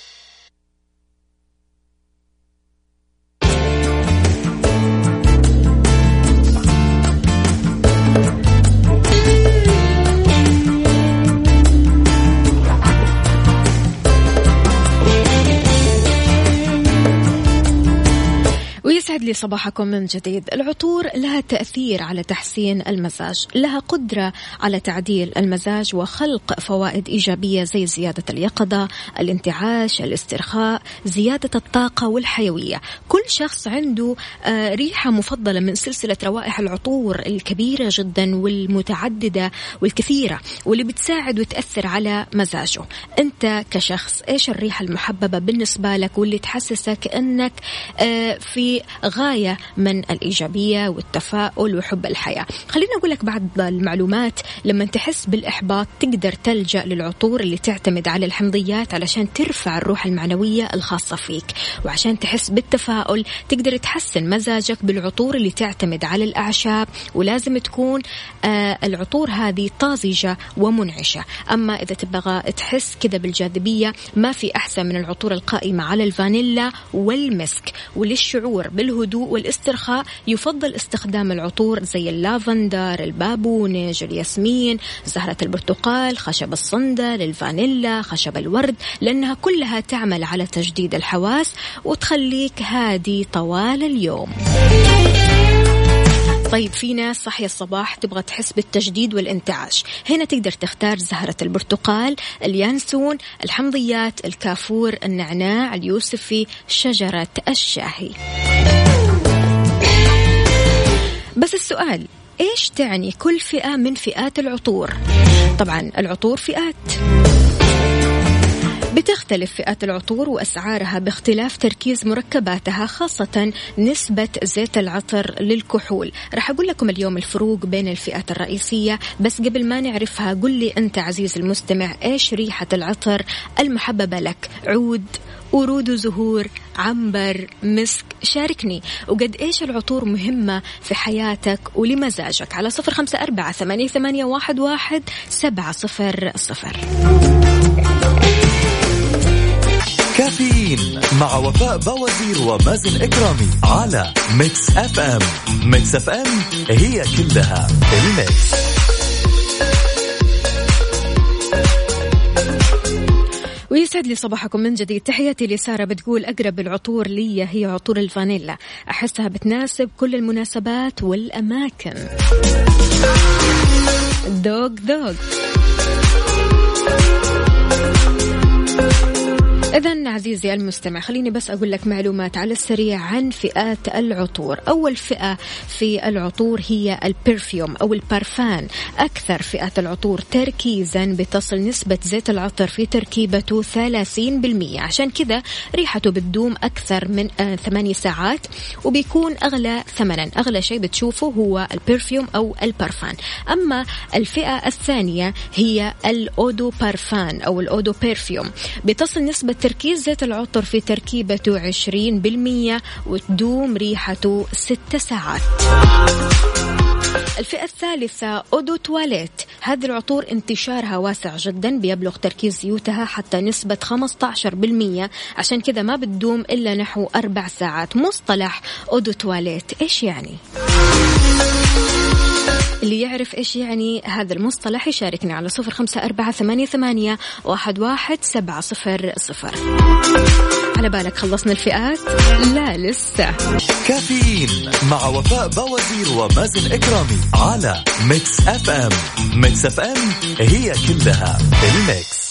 ويسعد لي صباحكم من جديد. العطور لها تأثير على تحسين المزاج، لها قدرة على تعديل المزاج وخلق فوائد إيجابية زي زيادة اليقظة، الانتعاش، الاسترخاء، زيادة الطاقة والحيوية. كل شخص عنده آه ريحة مفضلة من سلسلة روائح العطور الكبيرة جدا والمتعددة والكثيرة، واللي بتساعد وتأثر على مزاجه. أنت كشخص إيش الريحة المحببة بالنسبة لك واللي تحسسك أنك آه في غاية من الإيجابية والتفاؤل وحب الحياة؟ خلينا أقول لك بعض المعلومات. لما تحس بالإحباط تقدر تلجأ للعطور اللي تعتمد على الحمضيات علشان ترفع الروح المعنوية الخاصة فيك، وعشان تحس بالتفاؤل تقدر تحسن مزاجك بالعطور اللي تعتمد على الأعشاب، ولازم تكون آه العطور هذه طازجة ومنعشة. أما إذا تبغى تحس كذا بالجاذبية ما في أحسن من العطور القائمة على الفانيلا والمسك. وللشعور بالهدوء والاسترخاء يفضل استخدام العطور زي اللافندر، البابونج، الياسمين، زهرة البرتقال، خشب الصندل، الفانيلا، خشب الورد، لأنها كلها تعمل على تجديد الحواس وتخليك هادي طوال اليوم. طيب في ناس صحي الصباح تبغى تحس بالتجديد والانتعاش، هنا تقدر تختار زهرة البرتقال، اليانسون، الحمضيات، الكافور، النعناع، اليوسفي، شجرة الشاهي. بس السؤال، إيش تعني كل فئة من فئات العطور؟ طبعا العطور فئات، بتختلف فئات العطور وأسعارها باختلاف تركيز مركباتها، خاصة نسبة زيت العطر للكحول. رح أقول لكم اليوم الفروق بين الفئات الرئيسية، بس قبل ما نعرفها قل لي أنت عزيز المستمع إيش ريحة العطر المحببة لك؟ عود، ورود وزهور، عنبر، مسك؟ شاركني. وقد إيش العطور مهمة في حياتك ولمزاجك على صفر خمسة أربعة ثمانية ثمانية واحد واحد سبعة صفر صفر. كافيين مع وفاء بوازير ومازن إكرامي على ميكس اف ام. ميكس اف ام هي كلها الميكس. ويسعد لي صباحكم من جديد. تحياتي لسارة بتقول أقرب العطور لي هي عطور الفانيلا، أحسها بتناسب كل المناسبات والأماكن. دوق دوق. إذن عزيزي المستمع خليني بس أقول لك معلومات على السريع عن فئات العطور. أول فئة في العطور هي البرفيوم أو البارفان. أكثر فئات العطور تركيزا بتصل نسبة زيت العطر في تركيبته ثلاثين بالمئة، عشان كذا ريحته بتدوم أكثر من آه ثمانية ساعات وبيكون أغلى ثمنا. أغلى شيء بتشوفه هو البرفيوم أو البارفان. أما الفئة الثانية هي الأودو بارفان أو الأودو بيرفيوم، بتصل نسبة تركيز زيت العطر في تركيبته عشرين بالمية وتدوم ريحته ست ساعات. الفئة الثالثة أودو تواليت، هذه العطور انتشارها واسع جدا، بيبلغ تركيز زيوتها حتى نسبة خمسة عشر بالمية، عشان كذا ما بتدوم إلا نحو أربع ساعات. مصطلح أودو تواليت إيش يعني؟ اللي يعرف إيش يعني هذا المصطلح يشاركني على صفر خمسة أربعة ثمانية ثمانية واحد واحد سبعة صفر صفر. على بالك خلصنا الفئات؟ لا لسه. كافيين مع وفاء بوازير ومازن إكرامي على ميكس اف ام. ميكس اف ام هي كلها الميكس.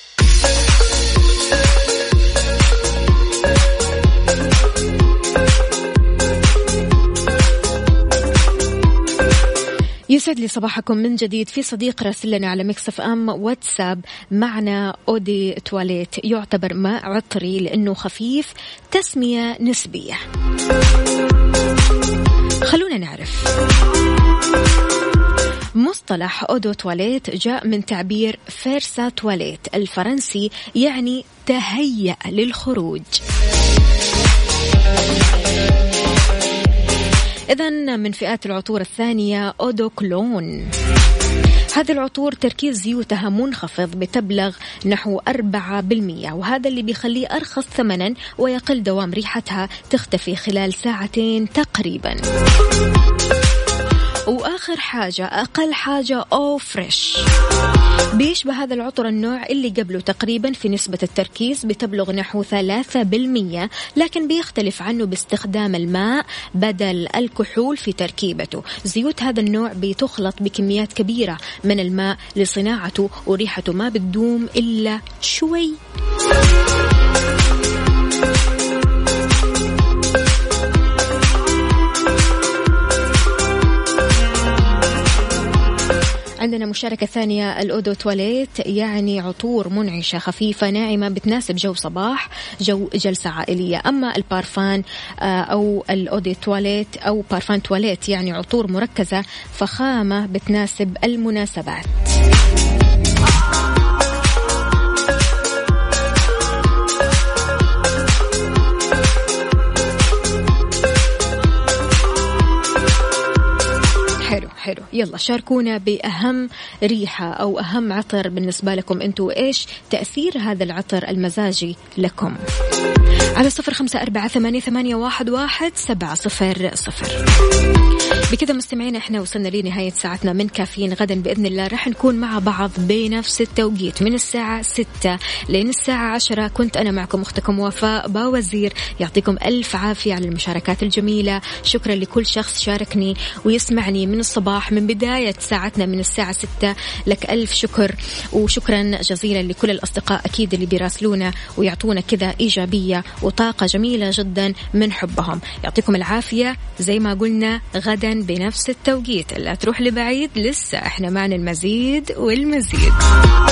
يسعد لي صباحكم من جديد. في صديق راسل لنا على ميكس اف ام واتساب، معنا اودي تواليت، يعتبر ماء عطري لانه خفيف، تسمية نسبية. خلونا نعرف. مصطلح أودو تواليت جاء من تعبير فيرسا تواليت الفرنسي، يعني تهيأ للخروج. إذن من فئات العطور الثانية أودو كلون، هذه العطور تركيز زيوتها منخفض، بتبلغ نحو أربعة بالمية، وهذا اللي بيخليه أرخص ثمنا ويقل دوام ريحتها، تختفي خلال ساعتين تقريبا. وآخر حاجة أقل حاجة أو فريش، بيشبه هذا العطر النوع اللي قبله تقريبا في نسبة التركيز، بتبلغ نحو ثلاثة بالمية، لكن بيختلف عنه باستخدام الماء بدل الكحول في تركيبته. زيوت هذا النوع بتخلط بكميات كبيرة من الماء لصناعته، وريحته ما بتدوم إلا شوي. عندنا مشاركة ثانية، الأودو تواليت يعني عطور منعشة خفيفة ناعمة، بتناسب جو صباح، جو جلسة عائلية. أما البارفان أو الأودو تواليت أو بارفان تواليت يعني عطور مركزة فخامة، بتناسب المناسبات. حلو حلو، يلا شاركونا بأهم ريحة أو أهم عطر بالنسبة لكم أنتوا، إيش تأثير هذا العطر المزاجي لكم على صفر خمسة أربعة ثمانية ثمانية واحد واحد سبعة صفر صفر. بكذا مستمعين احنا وصلنا لنهاية ساعتنا من كافيين. غدا بإذن الله رح نكون مع بعض بنفس التوقيت من الساعة ستة لين الساعة عشرة. كنت أنا معكم أختكم وفاء باوزير، يعطيكم ألف عافية على المشاركات الجميلة. شكرا لكل شخص شاركني ويسمعني من الصباح من بداية ساعتنا من الساعة ستة، لك ألف شكر. وشكرا جزيلا لكل الأصدقاء أكيد اللي بيراسلونا ويعطونا كذا إيجابية وطاقة جميلة جدا من حبهم. يعطيكم العافية. زي ما قلنا غدا بنفس التوقيت، لا تروح لبعيد، لسه احنا معنا المزيد والمزيد.